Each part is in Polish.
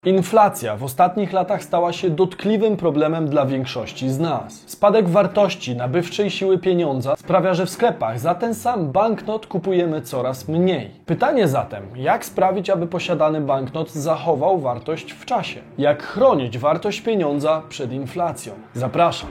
Inflacja w ostatnich latach stała się dotkliwym problemem dla większości z nas. Spadek wartości nabywczej siły pieniądza sprawia, że w sklepach za ten sam banknot kupujemy coraz mniej. Pytanie zatem, jak sprawić, aby posiadany banknot zachował wartość w czasie? Jak chronić wartość pieniądza przed inflacją? Zapraszam.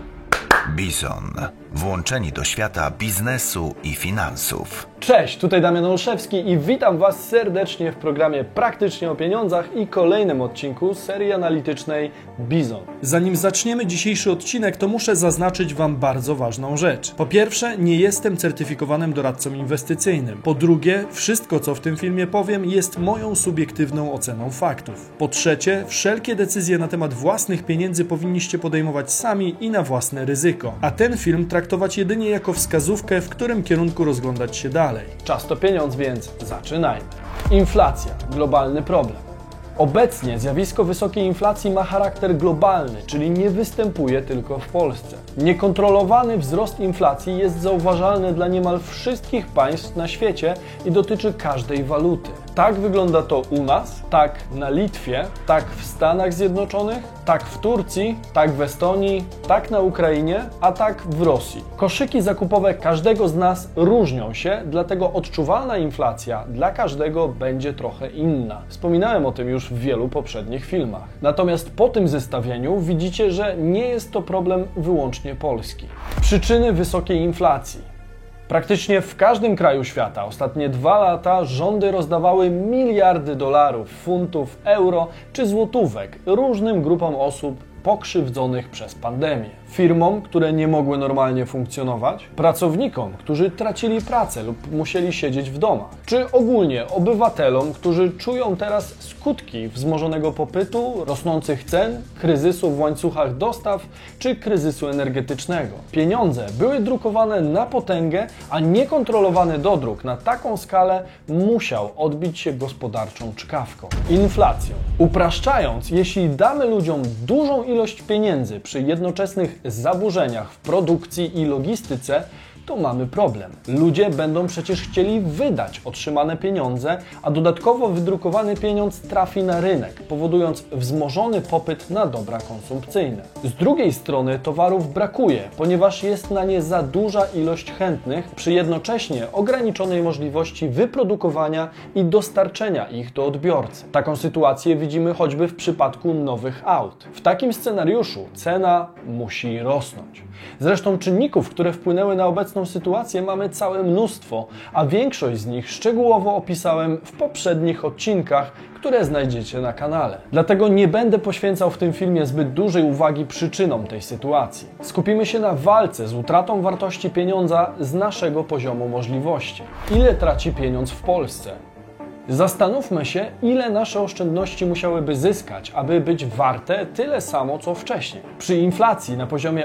Bizon. Włączeni do świata biznesu i finansów. Cześć, tutaj Damian Olszewski i witam Was serdecznie w programie Praktycznie o Pieniądzach i kolejnym odcinku serii analitycznej Bizon. Zanim zaczniemy dzisiejszy odcinek, to muszę zaznaczyć Wam bardzo ważną rzecz. Po pierwsze, nie jestem certyfikowanym doradcą inwestycyjnym. Po drugie, wszystko co w tym filmie powiem jest moją subiektywną oceną faktów. Po trzecie, wszelkie decyzje na temat własnych pieniędzy powinniście podejmować sami i na własne ryzyko. A ten film traktować jedynie jako wskazówkę, w którym kierunku rozglądać się dalej. Czas to pieniądz, więc zaczynajmy. Inflacja. Globalny problem. Obecnie zjawisko wysokiej inflacji ma charakter globalny, czyli nie występuje tylko w Polsce. Niekontrolowany wzrost inflacji jest zauważalny dla niemal wszystkich państw na świecie i dotyczy każdej waluty. Tak wygląda to u nas, tak na Litwie, tak w Stanach Zjednoczonych, tak w Turcji, tak w Estonii, tak na Ukrainie, a tak w Rosji. Koszyki zakupowe każdego z nas różnią się, dlatego odczuwalna inflacja dla każdego będzie trochę inna. Wspominałem o tym już w wielu poprzednich filmach. Natomiast po tym zestawieniu widzicie, że nie jest to problem wyłącznie polski. Przyczyny wysokiej inflacji. Praktycznie w każdym kraju świata ostatnie 2 lata rządy rozdawały miliardy dolarów, funtów, euro czy złotówek różnym grupom osób pokrzywdzonych przez pandemię. Firmom, które nie mogły normalnie funkcjonować, pracownikom, którzy tracili pracę lub musieli siedzieć w domach, czy ogólnie obywatelom, którzy czują teraz skutki wzmożonego popytu, rosnących cen, kryzysu w łańcuchach dostaw czy kryzysu energetycznego. Pieniądze były drukowane na potęgę, a niekontrolowany dodruk na taką skalę musiał odbić się gospodarczą czkawką. Inflacją. Upraszczając, jeśli damy ludziom dużą ilość pieniędzy przy jednoczesnych zaburzeniach w produkcji i logistyce, to mamy problem. Ludzie będą przecież chcieli wydać otrzymane pieniądze, a dodatkowo wydrukowany pieniądz trafi na rynek, powodując wzmożony popyt na dobra konsumpcyjne. Z drugiej strony towarów brakuje, ponieważ jest na nie za duża ilość chętnych przy jednocześnie ograniczonej możliwości wyprodukowania i dostarczenia ich do odbiorcy. Taką sytuację widzimy choćby w przypadku nowych aut. W takim scenariuszu cena musi rosnąć. Zresztą czynników, które wpłynęły na obecną sytuację mamy całe mnóstwo, a większość z nich szczegółowo opisałem w poprzednich odcinkach, które znajdziecie na kanale. Dlatego nie będę poświęcał w tym filmie zbyt dużej uwagi przyczynom tej sytuacji. Skupimy się na walce z utratą wartości pieniądza z naszego poziomu możliwości. Ile traci pieniądz w Polsce? Zastanówmy się, ile nasze oszczędności musiałyby zyskać, aby być warte tyle samo, co wcześniej. Przy inflacji na poziomie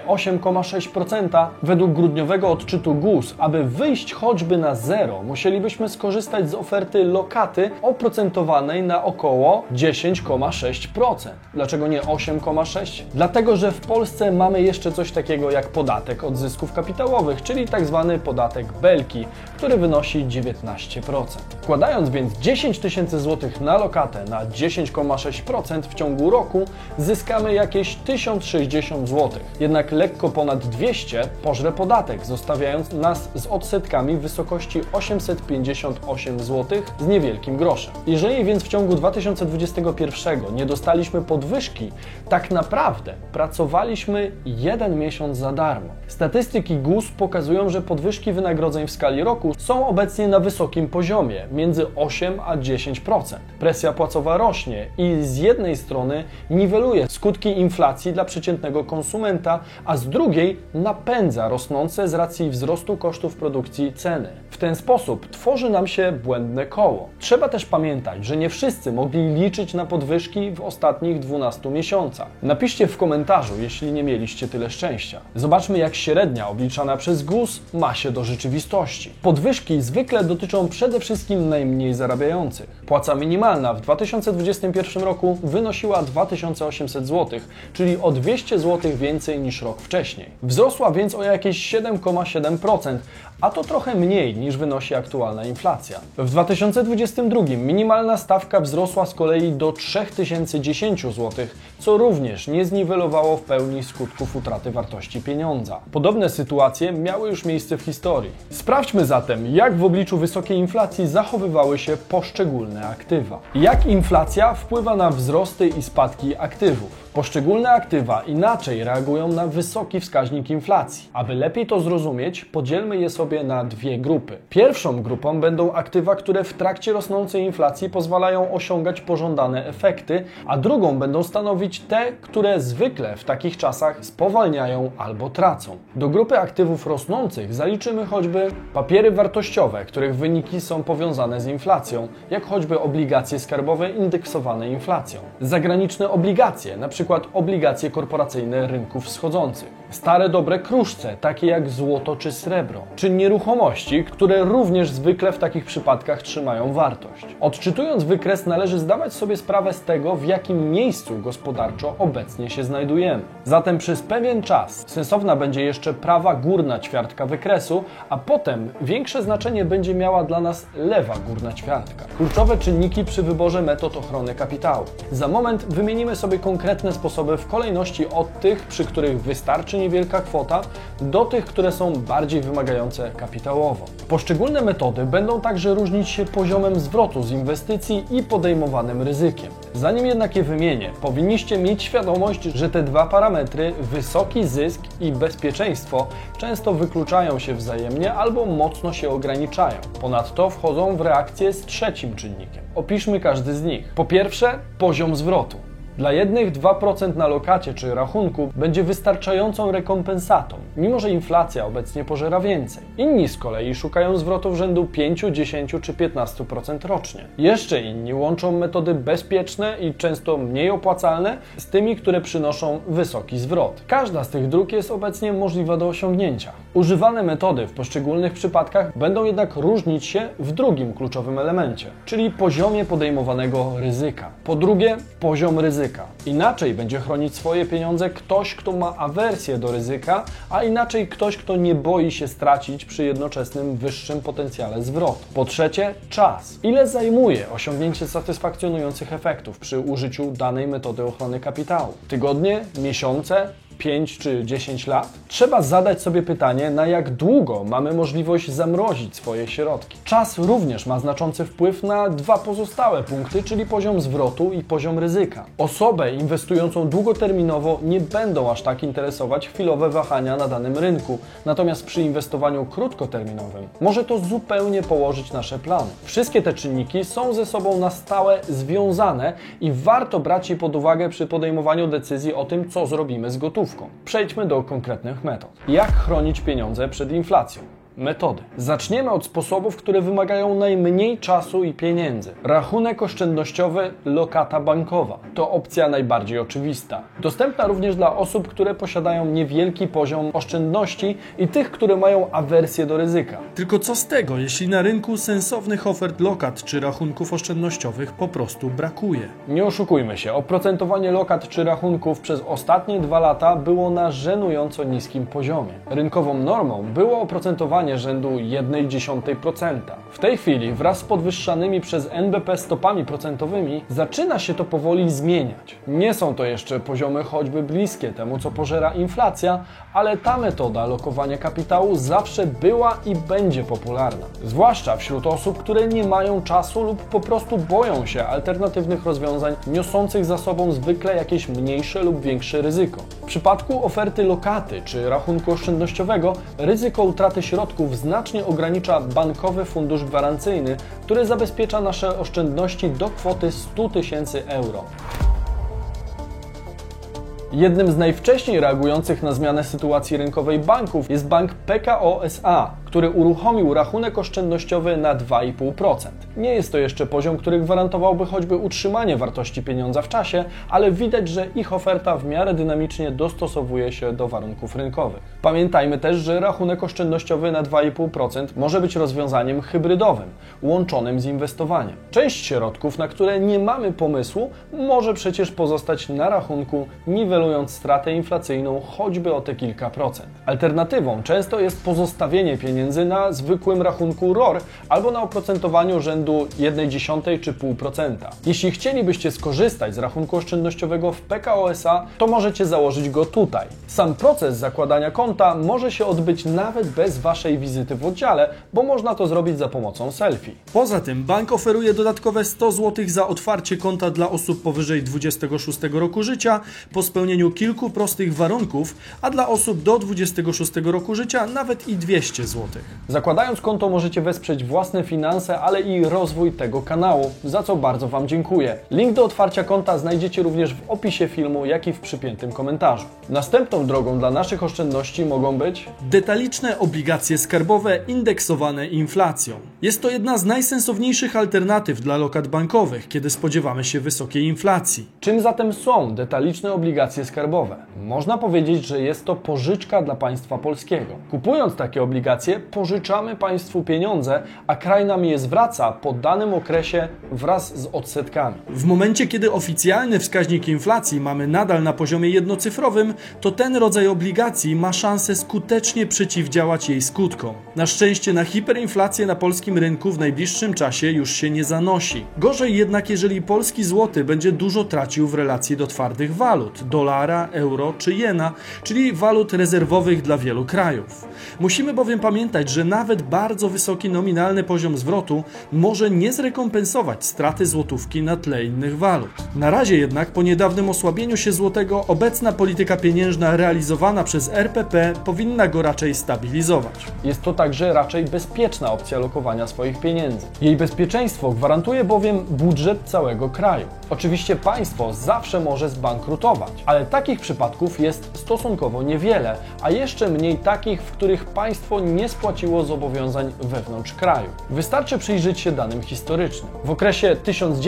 8,6% według grudniowego odczytu GUS, aby wyjść choćby na zero, musielibyśmy skorzystać z oferty lokaty oprocentowanej na około 10,6%. Dlaczego nie 8,6%? Dlatego, że w Polsce mamy jeszcze coś takiego jak podatek od zysków kapitałowych, czyli tzw. podatek Belki, który wynosi 19%. Wkładając więc 10 tysięcy złotych na lokatę na 10,6% w ciągu roku zyskamy jakieś 1060 zł. Jednak lekko ponad 200 pożre podatek, zostawiając nas z odsetkami w wysokości 858 zł z niewielkim groszem. Jeżeli więc w ciągu 2021 nie dostaliśmy podwyżki, tak naprawdę pracowaliśmy 1 miesiąc za darmo. Statystyki GUS pokazują, że podwyżki wynagrodzeń w skali roku są obecnie na wysokim poziomie, między 8 a 10%. Presja płacowa rośnie i z jednej strony niweluje skutki inflacji dla przeciętnego konsumenta, a z drugiej napędza rosnące z racji wzrostu kosztów produkcji ceny. W ten sposób tworzy nam się błędne koło. Trzeba też pamiętać, że nie wszyscy mogli liczyć na podwyżki w ostatnich 12 miesiącach. Napiszcie w komentarzu, jeśli nie mieliście tyle szczęścia. Zobaczmy, jak średnia obliczana przez GUS ma się do rzeczywistości. Podwyżki zwykle dotyczą przede wszystkim najmniej zarabiających zamawiających. Płaca minimalna w 2021 roku wynosiła 2800 zł, czyli o 200 zł więcej niż rok wcześniej. Wzrosła więc o jakieś 7,7%, a to trochę mniej niż wynosi aktualna inflacja. W 2022 minimalna stawka wzrosła z kolei do 3010 zł, co również nie zniwelowało w pełni skutków utraty wartości pieniądza. Podobne sytuacje miały już miejsce w historii. Sprawdźmy zatem, jak w obliczu wysokiej inflacji zachowywały się poszczególne aktywa. Jak inflacja wpływa na wzrosty i spadki aktywów. Poszczególne aktywa inaczej reagują na wysoki wskaźnik inflacji. Aby lepiej to zrozumieć, podzielmy je sobie na dwie grupy. Pierwszą grupą będą aktywa, które w trakcie rosnącej inflacji pozwalają osiągać pożądane efekty, a drugą będą stanowić te, które zwykle w takich czasach spowalniają albo tracą. Do grupy aktywów rosnących zaliczymy choćby papiery wartościowe, których wyniki są powiązane z inflacją, jak choćby obligacje skarbowe indeksowane inflacją. Zagraniczne obligacje, np. obligacje korporacyjne rynków wschodzących. Stare dobre kruszce, takie jak złoto czy srebro, czy nieruchomości, które również zwykle w takich przypadkach trzymają wartość. Odczytując wykres, należy zdawać sobie sprawę z tego, w jakim miejscu gospodarczo obecnie się znajdujemy. Zatem przez pewien czas sensowna będzie jeszcze prawa górna ćwiartka wykresu, a potem większe znaczenie będzie miała dla nas lewa górna ćwiartka. Kluczowe czynniki przy wyborze metod ochrony kapitału. Za moment wymienimy sobie konkretne sposoby w kolejności od tych, przy których wystarczy niewielka kwota, do tych, które są bardziej wymagające kapitałowo. Poszczególne metody będą także różnić się poziomem zwrotu z inwestycji i podejmowanym ryzykiem. Zanim jednak je wymienię, powinniście mieć świadomość, że te dwa parametry, wysoki zysk i bezpieczeństwo, często wykluczają się wzajemnie albo mocno się ograniczają. Ponadto wchodzą w reakcję z trzecim czynnikiem. Opiszmy każdy z nich. Po pierwsze, poziom zwrotu. Dla jednych 2% na lokacie czy rachunku będzie wystarczającą rekompensatą, mimo że inflacja obecnie pożera więcej. Inni z kolei szukają zwrotów rzędu 5, 10 czy 15% rocznie. Jeszcze inni łączą metody bezpieczne i często mniej opłacalne z tymi, które przynoszą wysoki zwrot. Każda z tych dróg jest obecnie możliwa do osiągnięcia. Używane metody w poszczególnych przypadkach będą jednak różnić się w drugim kluczowym elemencie, czyli poziomie podejmowanego ryzyka. Po drugie, poziom ryzyka. Inaczej będzie chronić swoje pieniądze ktoś, kto ma awersję do ryzyka, a inaczej ktoś, kto nie boi się stracić przy jednoczesnym wyższym potencjale zwrotu. Po trzecie, czas. Ile zajmuje osiągnięcie satysfakcjonujących efektów przy użyciu danej metody ochrony kapitału? Tygodnie, miesiące? 5 czy 10 lat? Trzeba zadać sobie pytanie, na jak długo mamy możliwość zamrozić swoje środki. Czas również ma znaczący wpływ na dwa pozostałe punkty, czyli poziom zwrotu i poziom ryzyka. Osobę inwestującą długoterminowo nie będą aż tak interesować chwilowe wahania na danym rynku, natomiast przy inwestowaniu krótkoterminowym może to zupełnie położyć nasze plany. Wszystkie te czynniki są ze sobą na stałe związane i warto brać je pod uwagę przy podejmowaniu decyzji o tym, co zrobimy z gotówką. Przejdźmy do konkretnych metod. Jak chronić pieniądze przed inflacją? Metody. Zaczniemy od sposobów, które wymagają najmniej czasu i pieniędzy. Rachunek oszczędnościowy, lokata bankowa. To opcja najbardziej oczywista. Dostępna również dla osób, które posiadają niewielki poziom oszczędności i tych, które mają awersję do ryzyka. Tylko co z tego, jeśli na rynku sensownych ofert lokat czy rachunków oszczędnościowych po prostu brakuje? Nie oszukujmy się, oprocentowanie lokat czy rachunków przez ostatnie 2 lata było na żenująco niskim poziomie. Rynkową normą było oprocentowanie rzędu 0,1%. W tej chwili wraz z podwyższanymi przez NBP stopami procentowymi zaczyna się to powoli zmieniać. Nie są to jeszcze poziomy choćby bliskie temu, co pożera inflacja, ale ta metoda lokowania kapitału zawsze była i będzie popularna. Zwłaszcza wśród osób, które nie mają czasu lub po prostu boją się alternatywnych rozwiązań niosących za sobą zwykle jakieś mniejsze lub większe ryzyko. W przypadku oferty lokaty czy rachunku oszczędnościowego ryzyko utraty środków znacznie ogranicza Bankowy Fundusz Gwarancyjny, który zabezpiecza nasze oszczędności do kwoty 100 000 euro. Jednym z najwcześniej reagujących na zmianę sytuacji rynkowej banków jest bank PKO SA, który który uruchomił rachunek oszczędnościowy na 2,5%. Nie jest to jeszcze poziom, który gwarantowałby choćby utrzymanie wartości pieniądza w czasie, ale widać, że ich oferta w miarę dynamicznie dostosowuje się do warunków rynkowych. Pamiętajmy też, że rachunek oszczędnościowy na 2,5% może być rozwiązaniem hybrydowym, łączonym z inwestowaniem. Część środków, na które nie mamy pomysłu, może przecież pozostać na rachunku, niwelując stratę inflacyjną choćby o te kilka procent. Alternatywą często jest pozostawienie pieniędzy na zwykłym rachunku ROR albo na oprocentowaniu rzędu 0,1 czy 0,5%. Jeśli chcielibyście skorzystać z rachunku oszczędnościowego w PKO SA, to możecie założyć go tutaj. Sam proces zakładania konta może się odbyć nawet bez Waszej wizyty w oddziale, bo można to zrobić za pomocą selfie. Poza tym bank oferuje dodatkowe 100 zł za otwarcie konta dla osób powyżej 26 roku życia po spełnieniu kilku prostych warunków, a dla osób do 26 roku życia nawet i 200 zł. Zakładając konto możecie wesprzeć własne finanse, ale i rozwój tego kanału, za co bardzo Wam dziękuję. Link do otwarcia konta znajdziecie również w opisie filmu, jak i w przypiętym komentarzu. Następną drogą dla naszych oszczędności mogą być detaliczne obligacje skarbowe indeksowane inflacją. Jest to jedna z najsensowniejszych alternatyw dla lokat bankowych, kiedy spodziewamy się wysokiej inflacji. Czym zatem są detaliczne obligacje skarbowe? Można powiedzieć, że jest to pożyczka dla państwa polskiego. Kupując takie obligacje, pożyczamy państwu pieniądze, a kraj nam je zwraca po danym okresie wraz z odsetkami. W momencie, kiedy oficjalny wskaźnik inflacji mamy nadal na poziomie jednocyfrowym, to ten rodzaj obligacji ma szansę skutecznie przeciwdziałać jej skutkom. Na szczęście na hiperinflację na polskim rynku w najbliższym czasie już się nie zanosi. Gorzej jednak, jeżeli polski złoty będzie dużo tracił w relacji do twardych walut, dolara, euro czy jena, czyli walut rezerwowych dla wielu krajów. Musimy bowiem pamiętać, że nawet bardzo wysoki nominalny poziom zwrotu może nie zrekompensować straty złotówki na tle innych walut. Na razie jednak po niedawnym osłabieniu się złotego obecna polityka pieniężna realizowana przez RPP powinna go raczej stabilizować. Jest to także raczej bezpieczna opcja lokowania swoich pieniędzy. Jej bezpieczeństwo gwarantuje bowiem budżet całego kraju. Oczywiście państwo zawsze może zbankrutować, ale takich przypadków jest stosunkowo niewiele, a jeszcze mniej takich, w których państwo nie spłaciło zobowiązań wewnątrz kraju. Wystarczy przyjrzeć się danym historycznym. W okresie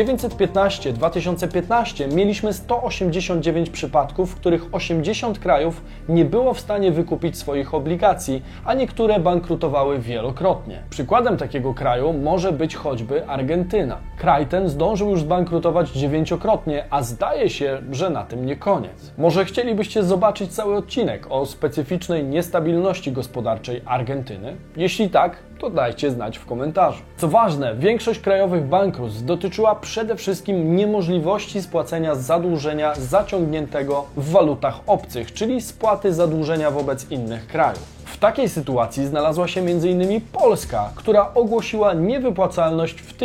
1915-2015 mieliśmy 189 przypadków, w których 80 krajów nie było w stanie wykupić swoich obligacji, a niektóre bankrutowały wielokrotnie. Przykładem takiego kraju może być choćby Argentyna. Kraj ten zdążył już zbankrutować 9-krotnie, a zdaje się, że na tym nie koniec. Może chcielibyście zobaczyć cały odcinek o specyficznej niestabilności gospodarczej Argentyny? Jeśli tak, to dajcie znać w komentarzu. Co ważne, większość krajowych bankructw dotyczyła przede wszystkim niemożliwości spłacenia zadłużenia zaciągniętego w walutach obcych, czyli spłaty zadłużenia wobec innych krajów. W takiej sytuacji znalazła się m.in. Polska, która ogłosiła niewypłacalność w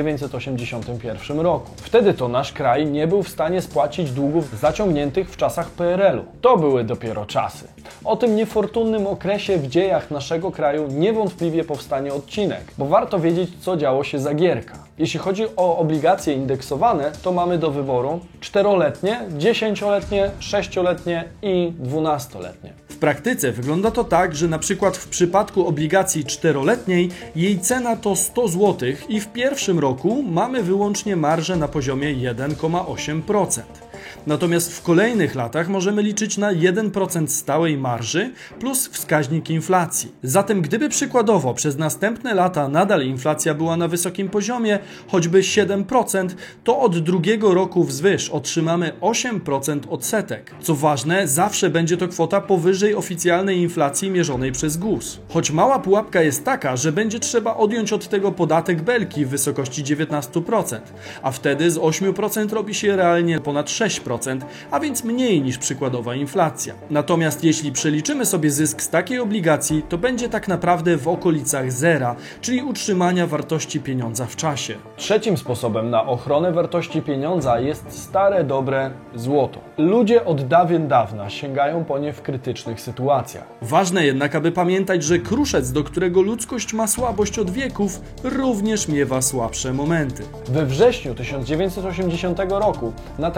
1981 roku. Wtedy to nasz kraj nie był w stanie spłacić długów zaciągniętych w czasach PRL-u. To były dopiero czasy. O tym niefortunnym okresie w dziejach naszego kraju niewątpliwie powstanie odcinek, bo warto wiedzieć, co działo się za Gierka. Jeśli chodzi o obligacje indeksowane, to mamy do wyboru 4-letnie, 10-letnie, 6-letnie i 12-letnie. W praktyce wygląda to tak, że na przykład w przypadku obligacji 4-letniej jej cena to 100 zł i w pierwszym roku mamy wyłącznie marżę na poziomie 1,8%. Natomiast w kolejnych latach możemy liczyć na 1% stałej marży plus wskaźnik inflacji. Zatem gdyby przykładowo przez następne lata nadal inflacja była na wysokim poziomie, choćby 7%, to od drugiego roku wzwyż otrzymamy 8% odsetek. Co ważne, zawsze będzie to kwota powyżej oficjalnej inflacji mierzonej przez GUS. Choć mała pułapka jest taka, że będzie trzeba odjąć od tego podatek belki w wysokości 19%, a wtedy z 8% robi się realnie ponad 6%, a więc mniej niż przykładowa inflacja. Natomiast jeśli przeliczymy sobie zysk z takiej obligacji, to będzie tak naprawdę w okolicach zera, czyli utrzymania wartości pieniądza w czasie. Trzecim sposobem na ochronę wartości pieniądza jest stare, dobre złoto. Ludzie od dawien dawna sięgają po nie w krytycznych sytuacjach. Ważne jednak, aby pamiętać, że kruszec, do którego ludzkość ma słabość od wieków, również miewa słabsze momenty. We wrześniu 1980 roku na tzw.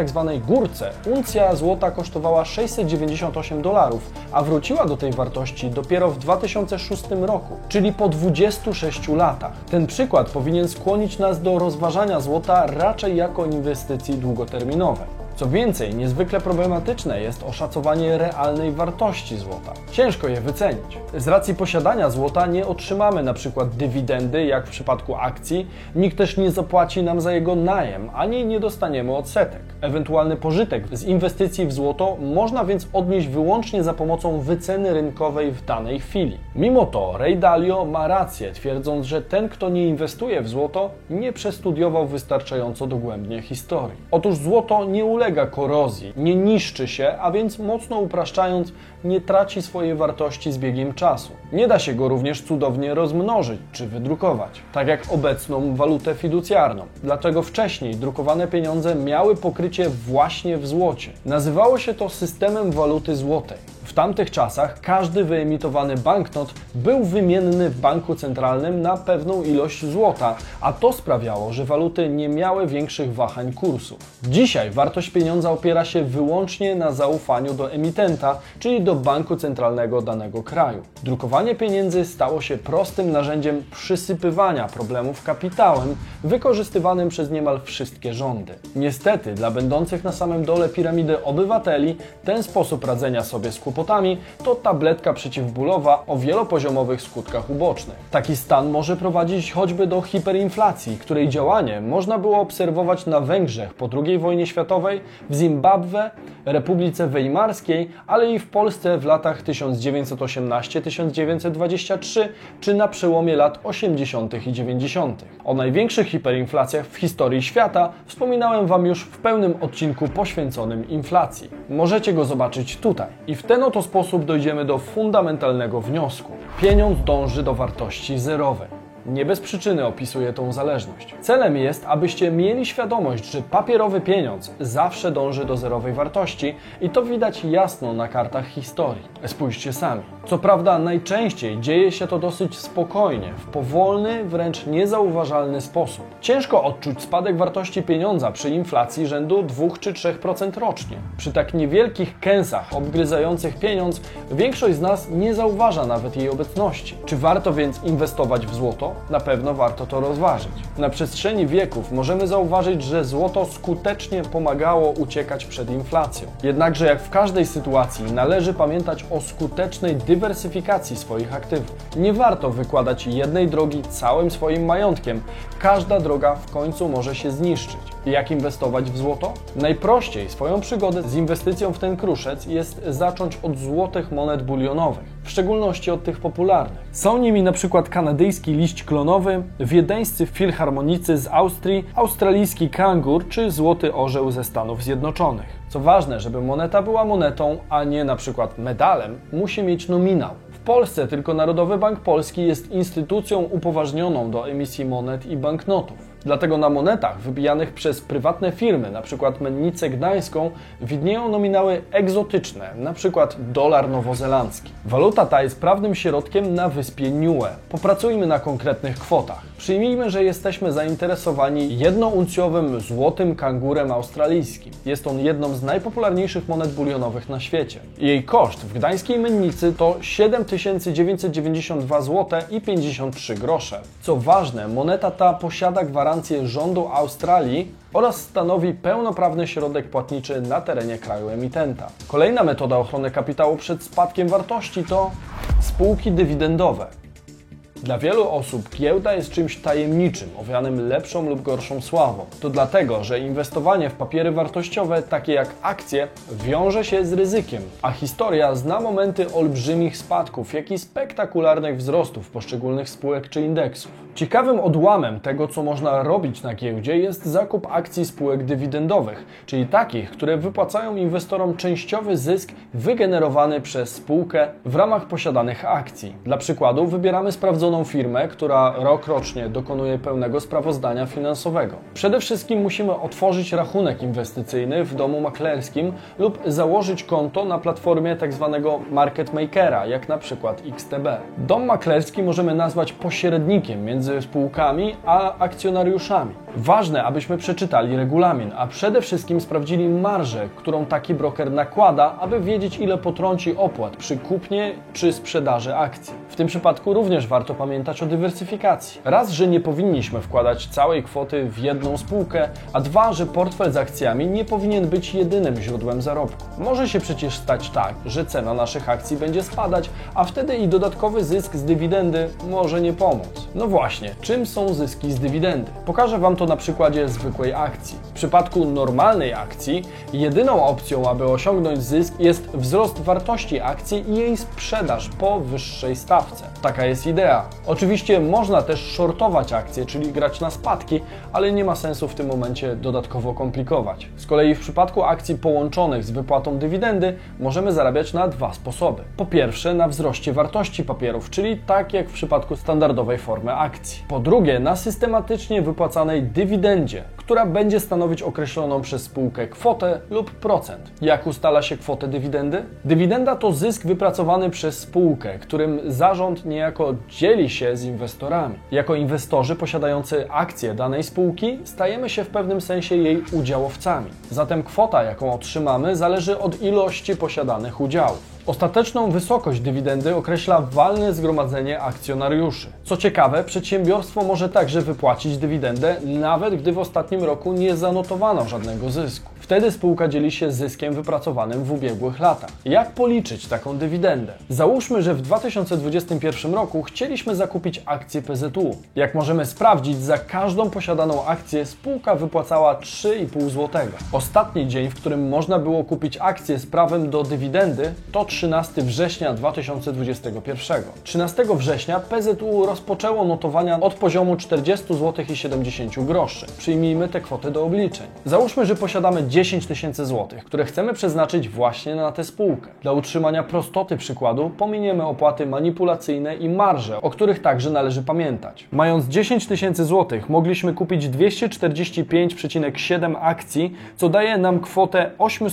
górce uncja złota kosztowała $698, a wróciła do tej wartości dopiero w 2006 roku, czyli po 26 latach. Ten przykład powinien skłonić nas do rozważania złota raczej jako inwestycji długoterminowej. Co więcej, niezwykle problematyczne jest oszacowanie realnej wartości złota. Ciężko je wycenić. Z racji posiadania złota nie otrzymamy np. dywidendy, jak w przypadku akcji, nikt też nie zapłaci nam za jego najem, ani nie dostaniemy odsetek. Ewentualny pożytek z inwestycji w złoto można więc odnieść wyłącznie za pomocą wyceny rynkowej w danej chwili. Mimo to Ray Dalio ma rację, twierdząc, że ten, kto nie inwestuje w złoto, nie przestudiował wystarczająco dogłębnie historii. Otóż złoto nie ulega korozji, nie niszczy się, a więc mocno upraszczając, nie traci swojej wartości z biegiem czasu. Nie da się go również cudownie rozmnożyć czy wydrukować, tak jak obecną walutę fiducjarną. Dlatego wcześniej drukowane pieniądze miały pokrycie właśnie w złocie. Nazywało się to systemem waluty złotej. W tamtych czasach każdy wyemitowany banknot był wymienny w banku centralnym na pewną ilość złota, a to sprawiało, że waluty nie miały większych wahań kursu. Dzisiaj wartość pieniądza opiera się wyłącznie na zaufaniu do emitenta, czyli do banku centralnego danego kraju. Drukowanie pieniędzy stało się prostym narzędziem przysypywania problemów kapitałem, wykorzystywanym przez niemal wszystkie rządy. Niestety, dla będących na samym dole piramidy obywateli, ten sposób radzenia sobie z kłopotami to tabletka przeciwbólowa o wielopoziomowych skutkach ubocznych. Taki stan może prowadzić choćby do hiperinflacji, której działanie można było obserwować na Węgrzech po II wojnie światowej, w Zimbabwe, Republice Weimarskiej, ale i w Polsce w latach 1918-1923 czy na przełomie lat 80. i 90. O największych hiperinflacjach w historii świata wspominałem Wam już w pełnym odcinku poświęconym inflacji. Możecie go zobaczyć tutaj. I w ten oto sposób dojdziemy do fundamentalnego wniosku. Pieniądz dąży do wartości zerowej. Nie bez przyczyny opisuję tą zależność. Celem jest, abyście mieli świadomość, że papierowy pieniądz zawsze dąży do zerowej wartości i to widać jasno na kartach historii. Spójrzcie sami. Co prawda najczęściej dzieje się to dosyć spokojnie, w powolny, wręcz niezauważalny sposób. Ciężko odczuć spadek wartości pieniądza przy inflacji rzędu 2 czy 3% rocznie. Przy tak niewielkich kęsach obgryzających pieniądz większość z nas nie zauważa nawet jej obecności. Czy warto więc inwestować w złoto? Na pewno warto to rozważyć. Na przestrzeni wieków możemy zauważyć, że złoto skutecznie pomagało uciekać przed inflacją. Jednakże jak w każdej sytuacji należy pamiętać o skutecznej dywersyfikacji swoich aktywów. Nie warto wykładać jednej drogi całym swoim majątkiem. Każda droga w końcu może się zniszczyć. Jak inwestować w złoto? Najprościej swoją przygodę z inwestycją w ten kruszec jest zacząć od złotych monet bulionowych, w szczególności od tych popularnych. Są nimi na przykład kanadyjski liść klonowy, wiedeńscy filharmonicy z Austrii, australijski kangur czy złoty orzeł ze Stanów Zjednoczonych. Co ważne, żeby moneta była monetą, a nie na przykład medalem, musi mieć nominał. W Polsce tylko Narodowy Bank Polski jest instytucją upoważnioną do emisji monet i banknotów. Dlatego na monetach wybijanych przez prywatne firmy, np. Mennicę Gdańską, widnieją nominały egzotyczne, np. dolar nowozelandzki. Waluta ta jest prawnym środkiem na wyspie Niue. Popracujmy na konkretnych kwotach. Przyjmijmy, że jesteśmy zainteresowani jednouncjowym złotym kangurem australijskim. Jest on jedną z najpopularniejszych monet bulionowych na świecie. Jej koszt w gdańskiej mennicy to 7992 zł i 53 grosze. Co ważne, moneta ta posiada gwarancję rządu Australii oraz stanowi pełnoprawny środek płatniczy na terenie kraju emitenta. Kolejna metoda ochrony kapitału przed spadkiem wartości to spółki dywidendowe. Dla wielu osób giełda jest czymś tajemniczym, owianym lepszą lub gorszą sławą. To dlatego, że inwestowanie w papiery wartościowe, takie jak akcje, wiąże się z ryzykiem, a historia zna momenty olbrzymich spadków, jak i spektakularnych wzrostów poszczególnych spółek czy indeksów. Ciekawym odłamem tego, co można robić na giełdzie, jest zakup akcji spółek dywidendowych, czyli takich, które wypłacają inwestorom częściowy zysk wygenerowany przez spółkę w ramach posiadanych akcji. Dla przykładu wybieramy sprawdzoną określoną firmę, która rokrocznie dokonuje pełnego sprawozdania finansowego. Przede wszystkim musimy otworzyć rachunek inwestycyjny w domu maklerskim lub założyć konto na platformie tzw. market makera, jak na przykład XTB. Dom maklerski możemy nazwać pośrednikiem między spółkami a akcjonariuszami. Ważne, abyśmy przeczytali regulamin, a przede wszystkim sprawdzili marżę, którą taki broker nakłada, aby wiedzieć, ile potrąci opłat przy kupnie czy sprzedaży akcji. W tym przypadku również warto pamiętać o dywersyfikacji. Raz, że nie powinniśmy wkładać całej kwoty w jedną spółkę, a dwa, że portfel z akcjami nie powinien być jedynym źródłem zarobku. Może się przecież stać tak, że cena naszych akcji będzie spadać, a wtedy i dodatkowy zysk z dywidendy może nie pomóc. No właśnie, czym są zyski z dywidendy? Pokażę Wam to na przykładzie zwykłej akcji. W przypadku normalnej akcji jedyną opcją, aby osiągnąć zysk, jest wzrost wartości akcji i jej sprzedaż po wyższej stawce. Taka jest idea. Oczywiście można też shortować akcje, czyli grać na spadki, ale nie ma sensu w tym momencie dodatkowo komplikować. Z kolei w przypadku akcji połączonych z wypłatą dywidendy możemy zarabiać na dwa sposoby. Po pierwsze, na wzroście wartości papierów, czyli tak jak w przypadku standardowej formy akcji. Po drugie, na systematycznie wypłacanej dywidendzie, która będzie stanowić określoną przez spółkę kwotę lub procent. Jak ustala się kwotę dywidendy? Dywidenda to zysk wypracowany przez spółkę, którym zarząd niejako dzieli się z inwestorami. Jako inwestorzy posiadający akcje danej spółki stajemy się w pewnym sensie jej udziałowcami. Zatem kwota, jaką otrzymamy, zależy od ilości posiadanych udziałów. Ostateczną wysokość dywidendy określa walne zgromadzenie akcjonariuszy. Co ciekawe, przedsiębiorstwo może także wypłacić dywidendę, nawet gdy w ostatnim roku nie zanotowano żadnego zysku. Wtedy spółka dzieli się zyskiem wypracowanym w ubiegłych latach. Jak policzyć taką dywidendę? Załóżmy, że w 2021 roku chcieliśmy zakupić akcje PZU. Jak możemy sprawdzić, za każdą posiadaną akcję spółka wypłacała 3,5 zł. Ostatni dzień, w którym można było kupić akcje z prawem do dywidendy, to 13 września 2021. 13 września PZU rozpoczęło notowania od poziomu 40,70 zł. Przyjmijmy tę kwotę do obliczeń. Załóżmy, że posiadamy 10 tysięcy złotych, które chcemy przeznaczyć właśnie na tę spółkę. Dla utrzymania prostoty przykładu pominiemy opłaty manipulacyjne i marże, o których także należy pamiętać. Mając 10 tysięcy złotych mogliśmy kupić 245,7 akcji, co daje nam kwotę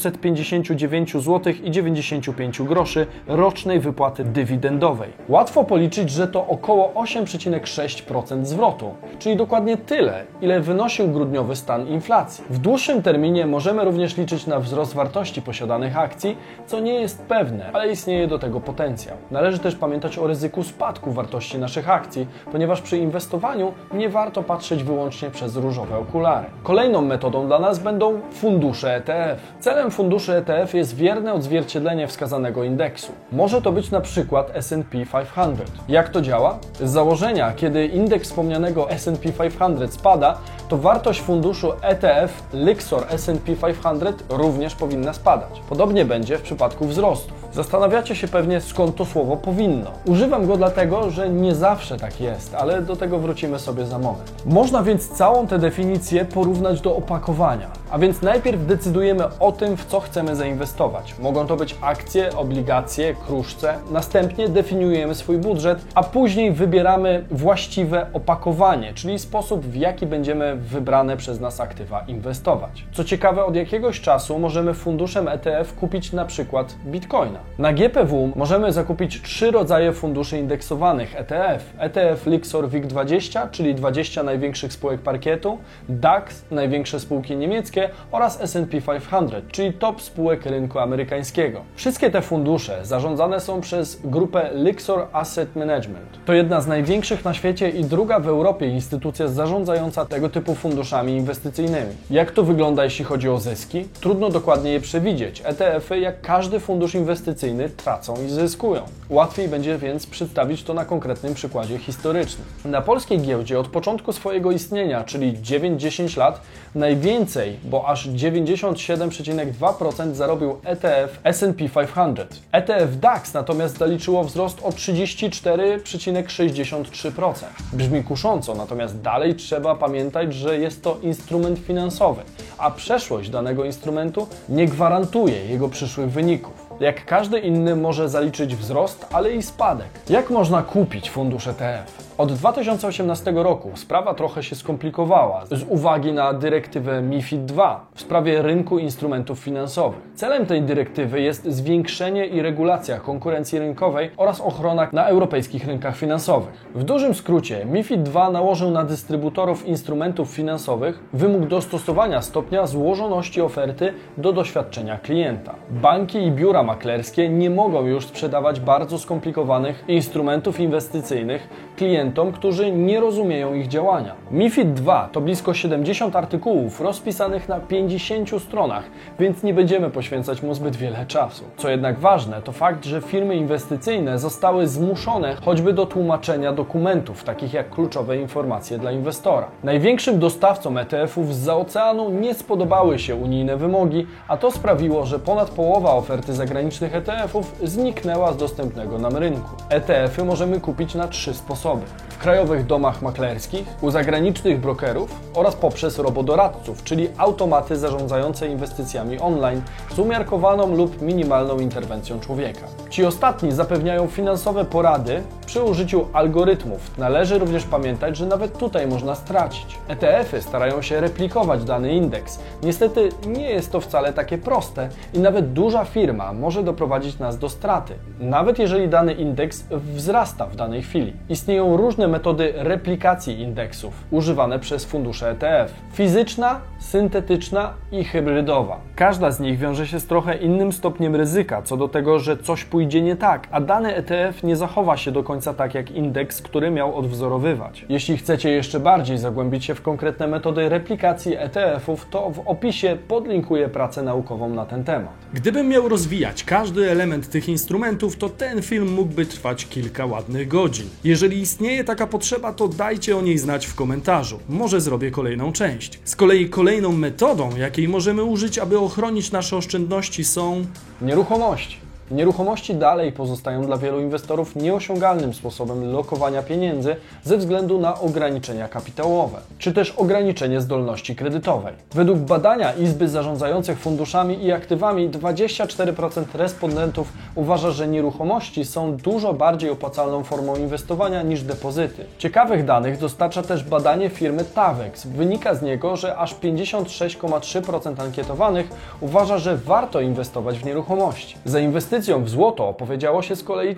859,95 zł rocznej wypłaty dywidendowej. Łatwo policzyć, że to około 8,6% zwrotu, czyli dokładnie tyle, ile wynosił grudniowy stan inflacji. W dłuższym terminie możemy również liczyć na wzrost wartości posiadanych akcji, co nie jest pewne, ale istnieje do tego potencjał. Należy też pamiętać o ryzyku spadku wartości naszych akcji, ponieważ przy inwestowaniu nie warto patrzeć wyłącznie przez różowe okulary. Kolejną metodą dla nas będą fundusze ETF. Celem funduszy ETF jest wierne odzwierciedlenie wskazanego indeksu. Może to być na przykład S&P 500. Jak to działa? Z założenia, kiedy indeks wspomnianego S&P 500 spada, to wartość funduszu ETF Lyxor S&P 500 również powinna spadać. Podobnie będzie w przypadku wzrostów. Zastanawiacie się pewnie, skąd to słowo powinno. Używam go dlatego, że nie zawsze tak jest, ale do tego wrócimy sobie za moment. Można więc całą tę definicję porównać do opakowania. A więc najpierw decydujemy o tym, w co chcemy zainwestować. Mogą to być akcje, obligacje, kruszce. Następnie definiujemy swój budżet, a później wybieramy właściwe opakowanie, czyli sposób, w jaki będziemy wybrane przez nas aktywa inwestować. Co ciekawe, od jakiegoś czasu możemy funduszem ETF kupić na przykład Bitcoina. Na GPW możemy zakupić 3 rodzaje funduszy indeksowanych ETF. ETF Lyxor WIG20, czyli 20 największych spółek parkietu, DAX, największe spółki niemieckie oraz S&P 500, czyli top spółek rynku amerykańskiego. Wszystkie te fundusze zarządzane są przez grupę Lyxor Asset Management. To jedna z największych na świecie i druga w Europie instytucja zarządzająca tego typu funduszami inwestycyjnymi. Jak to wygląda, jeśli chodzi o zyski? Trudno dokładnie je przewidzieć. ETF-y, jak każdy fundusz inwestycyjny, tracą i zyskują. Łatwiej będzie więc przedstawić to na konkretnym przykładzie historycznym. Na polskiej giełdzie od początku swojego istnienia, czyli 9-10 lat, najwięcej, bo aż 97,2% zarobił ETF S&P 500. ETF DAX natomiast zaliczyło wzrost o 34,63%. Brzmi kusząco, natomiast dalej trzeba pamiętać, że jest to instrument finansowy, a przeszłość danego instrumentu nie gwarantuje jego przyszłych wyników. Jak każdy inny może zaliczyć wzrost, ale i spadek. Jak można kupić fundusz ETF? Od 2018 roku sprawa trochę się skomplikowała z uwagi na dyrektywę MiFID II w sprawie rynku instrumentów finansowych. Celem tej dyrektywy jest zwiększenie i regulacja konkurencji rynkowej oraz ochrona na europejskich rynkach finansowych. W dużym skrócie MiFID II nałożył na dystrybutorów instrumentów finansowych wymóg dostosowania stopnia złożoności oferty do doświadczenia klienta. Banki i biura maklerskie nie mogą już sprzedawać bardzo skomplikowanych instrumentów inwestycyjnych klientom, którzy nie rozumieją ich działania. MiFID II to blisko 70 artykułów rozpisanych na 50 stronach, więc nie będziemy poświęcać mu zbyt wiele czasu. Co jednak ważne, to fakt, że firmy inwestycyjne zostały zmuszone choćby do tłumaczenia dokumentów, takich jak kluczowe informacje dla inwestora. Największym dostawcom ETF-ów zza oceanu nie spodobały się unijne wymogi, a to sprawiło, że ponad połowa oferty zagranicznych ETF-ów zniknęła z dostępnego nam rynku. ETF-y możemy kupić na 3 sposoby. W krajowych domach maklerskich, u zagranicznych brokerów oraz poprzez robodoradców, czyli automaty zarządzające inwestycjami online z umiarkowaną lub minimalną interwencją człowieka. Ci ostatni zapewniają finansowe porady przy użyciu algorytmów. Należy również pamiętać, że nawet tutaj można stracić. ETF-y starają się replikować dany indeks. Niestety nie jest to wcale takie proste i nawet duża firma może doprowadzić nas do straty, nawet jeżeli dany indeks wzrasta w danej chwili. Istnieją różne metody replikacji indeksów używane przez fundusze ETF. Fizyczna, syntetyczna i hybrydowa. Każda z nich wiąże się z trochę innym stopniem ryzyka co do tego, że coś pójdzie nie tak, a dany ETF nie zachowa się do końca tak jak indeks, który miał odwzorowywać. Jeśli chcecie jeszcze bardziej zagłębić się w konkretne metody replikacji ETF-ów, to w opisie podlinkuję pracę naukową na ten temat. Gdybym miał rozwijać każdy element tych instrumentów, to ten film mógłby trwać kilka ładnych godzin. Jeżeli istnieje taka potrzeba, to dajcie o niej znać w komentarzu. Może zrobię kolejną część. Z kolei kolejną metodą, jakiej możemy użyć, aby ochronić nasze oszczędności, są nieruchomości. Nieruchomości dalej pozostają dla wielu inwestorów nieosiągalnym sposobem lokowania pieniędzy ze względu na ograniczenia kapitałowe, czy też ograniczenie zdolności kredytowej. Według badania Izby Zarządzających Funduszami i Aktywami 24% respondentów uważa, że nieruchomości są dużo bardziej opłacalną formą inwestowania niż depozyty. Ciekawych danych dostarcza też badanie firmy Tavex. Wynika z niego, że aż 56,3% ankietowanych uważa, że warto inwestować w nieruchomości. Za inwestycją w złoto opowiedziało się z kolei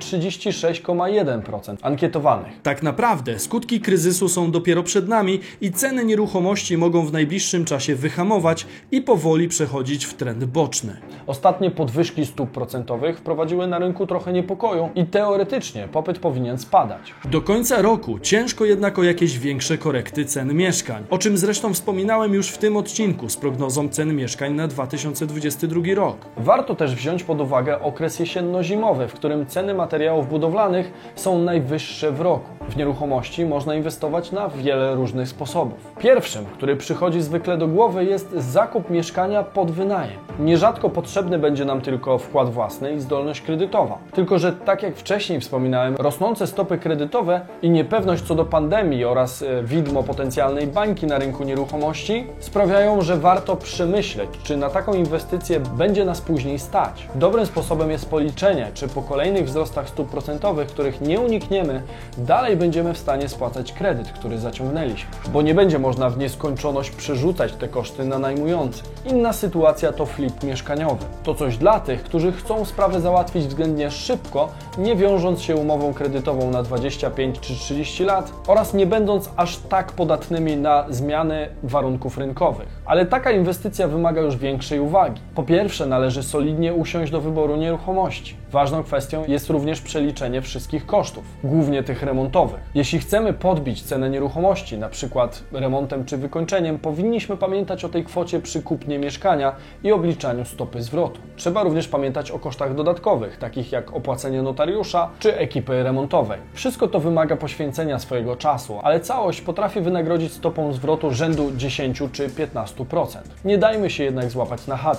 36,1% ankietowanych. Tak naprawdę skutki kryzysu są dopiero przed nami i ceny nieruchomości mogą w najbliższym czasie wyhamować i powoli przechodzić w trend boczny. Ostatnie podwyżki stóp procentowych wprowadziły na rynku trochę niepokoju i teoretycznie popyt powinien spadać. Do końca roku ciężko jednak o jakieś większe korekty cen mieszkań, o czym zresztą wspominałem już w tym odcinku z prognozą cen mieszkań na 2022 rok. Warto też wziąć pod uwagę okres jesienno-zimowy, w którym ceny materiałów budowlanych są najwyższe w roku. W nieruchomości można inwestować na wiele różnych sposobów. Pierwszym, który przychodzi zwykle do głowy, jest zakup mieszkania pod wynajem. Nierzadko potrzebny będzie nam tylko wkład własny i zdolność kredytowa. Tylko że tak jak wcześniej wspominałem, rosnące stopy kredytowe i niepewność co do pandemii oraz widmo potencjalnej bańki na rynku nieruchomości sprawiają, że warto przemyśleć, czy na taką inwestycję będzie nas później stać. Dobrym sposobem jest policzenie, czy po kolejnych wzrostach stóp procentowych, których nie unikniemy, dalej będziemy w stanie spłacać kredyt, który zaciągnęliśmy, bo nie będzie można w nieskończoność przerzucać te koszty na najmujących. Inna sytuacja to flip mieszkaniowy. To coś dla tych, którzy chcą sprawę załatwić względnie szybko, nie wiążąc się umową kredytową na 25 czy 30 lat oraz nie będąc aż tak podatnymi na zmiany warunków rynkowych. Ale taka inwestycja wymaga już większej uwagi. Po pierwsze, należy solidnie usiąść do wyboru nieruchomości. Ważną kwestią jest również przeliczenie wszystkich kosztów, głównie tych remontowych. Jeśli chcemy podbić cenę nieruchomości, na przykład remontem czy wykończeniem, powinniśmy pamiętać o tej kwocie przy kupnie mieszkania i obliczaniu stopy zwrotu. Trzeba również pamiętać o kosztach dodatkowych, takich jak opłacenie notariusza czy ekipy remontowej. Wszystko to wymaga poświęcenia swojego czasu, ale całość potrafi wynagrodzić stopą zwrotu rzędu 10 czy 15%. Nie dajmy się jednak złapać na haczyk.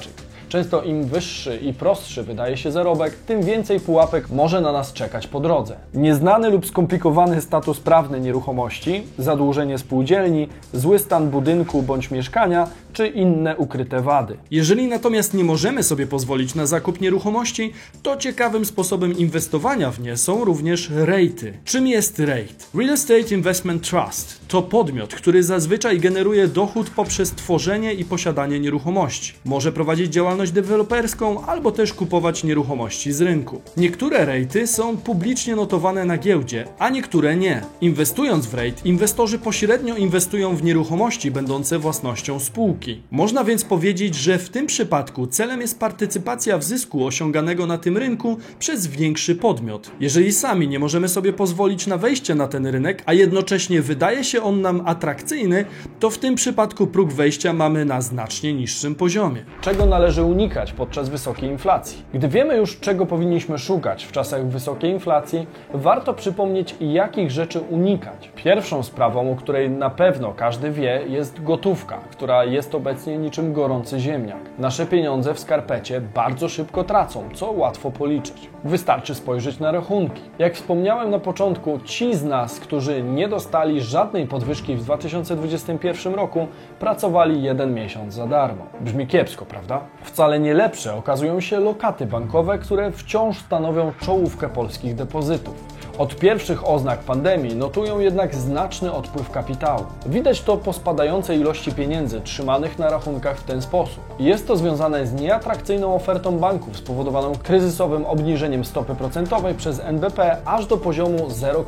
Często im wyższy i prostszy wydaje się zarobek, tym więcej pułapek może na nas czekać po drodze. Nieznany lub skomplikowany status prawny nieruchomości, zadłużenie spółdzielni, zły stan budynku bądź mieszkania, czy inne ukryte wady. Jeżeli natomiast nie możemy sobie pozwolić na zakup nieruchomości, to ciekawym sposobem inwestowania w nie są również REIT-y. Czym jest REIT? Real Estate Investment Trust to podmiot, który zazwyczaj generuje dochód poprzez tworzenie i posiadanie nieruchomości. Może prowadzić działalność deweloperską albo też kupować nieruchomości z rynku. Niektóre REIT-y są publicznie notowane na giełdzie, a niektóre nie. Inwestując w REIT, inwestorzy pośrednio inwestują w nieruchomości będące własnością spółki. Można więc powiedzieć, że w tym przypadku celem jest partycypacja w zysku osiąganego na tym rynku przez większy podmiot. Jeżeli sami nie możemy sobie pozwolić na wejście na ten rynek, a jednocześnie wydaje się on nam atrakcyjny, to w tym przypadku próg wejścia mamy na znacznie niższym poziomie. Czego należy unikać podczas wysokiej inflacji? Gdy wiemy już, czego powinniśmy szukać w czasach wysokiej inflacji, warto przypomnieć, jakich rzeczy unikać. Pierwszą sprawą, o której na pewno każdy wie, jest gotówka, która jest obecnie niczym gorący ziemniak. Nasze pieniądze w skarpecie bardzo szybko tracą, co łatwo policzyć. Wystarczy spojrzeć na rachunki. Jak wspomniałem na początku, ci z nas, którzy nie dostali żadnej podwyżki w 2021 roku, pracowali 1 miesiąc za darmo. Brzmi kiepsko, prawda? Wcale nie lepsze okazują się lokaty bankowe, które wciąż stanowią czołówkę polskich depozytów. Od pierwszych oznak pandemii notują jednak znaczny odpływ kapitału. Widać to po spadającej ilości pieniędzy trzymanych na rachunkach w ten sposób. Jest to związane z nieatrakcyjną ofertą banków spowodowaną kryzysowym obniżeniem stopy procentowej przez NBP aż do poziomu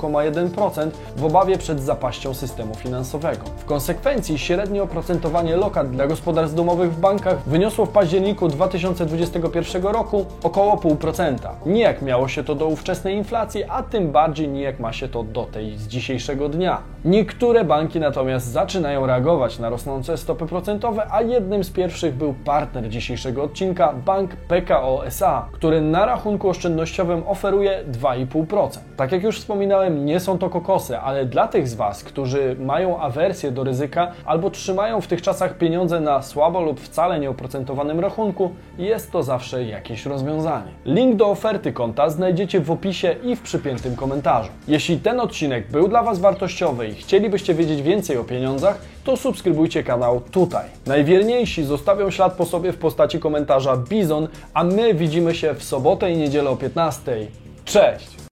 0,1% w obawie przed zapaścią systemu finansowego. W konsekwencji średnie oprocentowanie lokat dla gospodarstw domowych w bankach wyniosło w październiku 2021 roku około 0,5%. Nijak miało się to do ówczesnej inflacji, a tym bardziej nijak ma się to do tej z dzisiejszego dnia. Niektóre banki natomiast zaczynają reagować na rosnące stopy procentowe, a jednym z pierwszych był partner dzisiejszego odcinka, bank PKO SA, który na rachunku oszczędnościowym oferuje 2,5%. Tak jak już wspominałem, nie są to kokosy, ale dla tych z Was, którzy mają awersję do ryzyka albo trzymają w tych czasach pieniądze na słabo lub wcale nieoprocentowanym rachunku, jest to zawsze jakieś rozwiązanie. Link do oferty konta znajdziecie w opisie i w przypiętym komentarzu. Jeśli ten odcinek był dla Was wartościowy i chcielibyście wiedzieć więcej o pieniądzach, to subskrybujcie kanał tutaj. Najwierniejsi zostawią ślad po sobie w postaci komentarza Bizon, a my widzimy się w sobotę i niedzielę o 15:00. Cześć!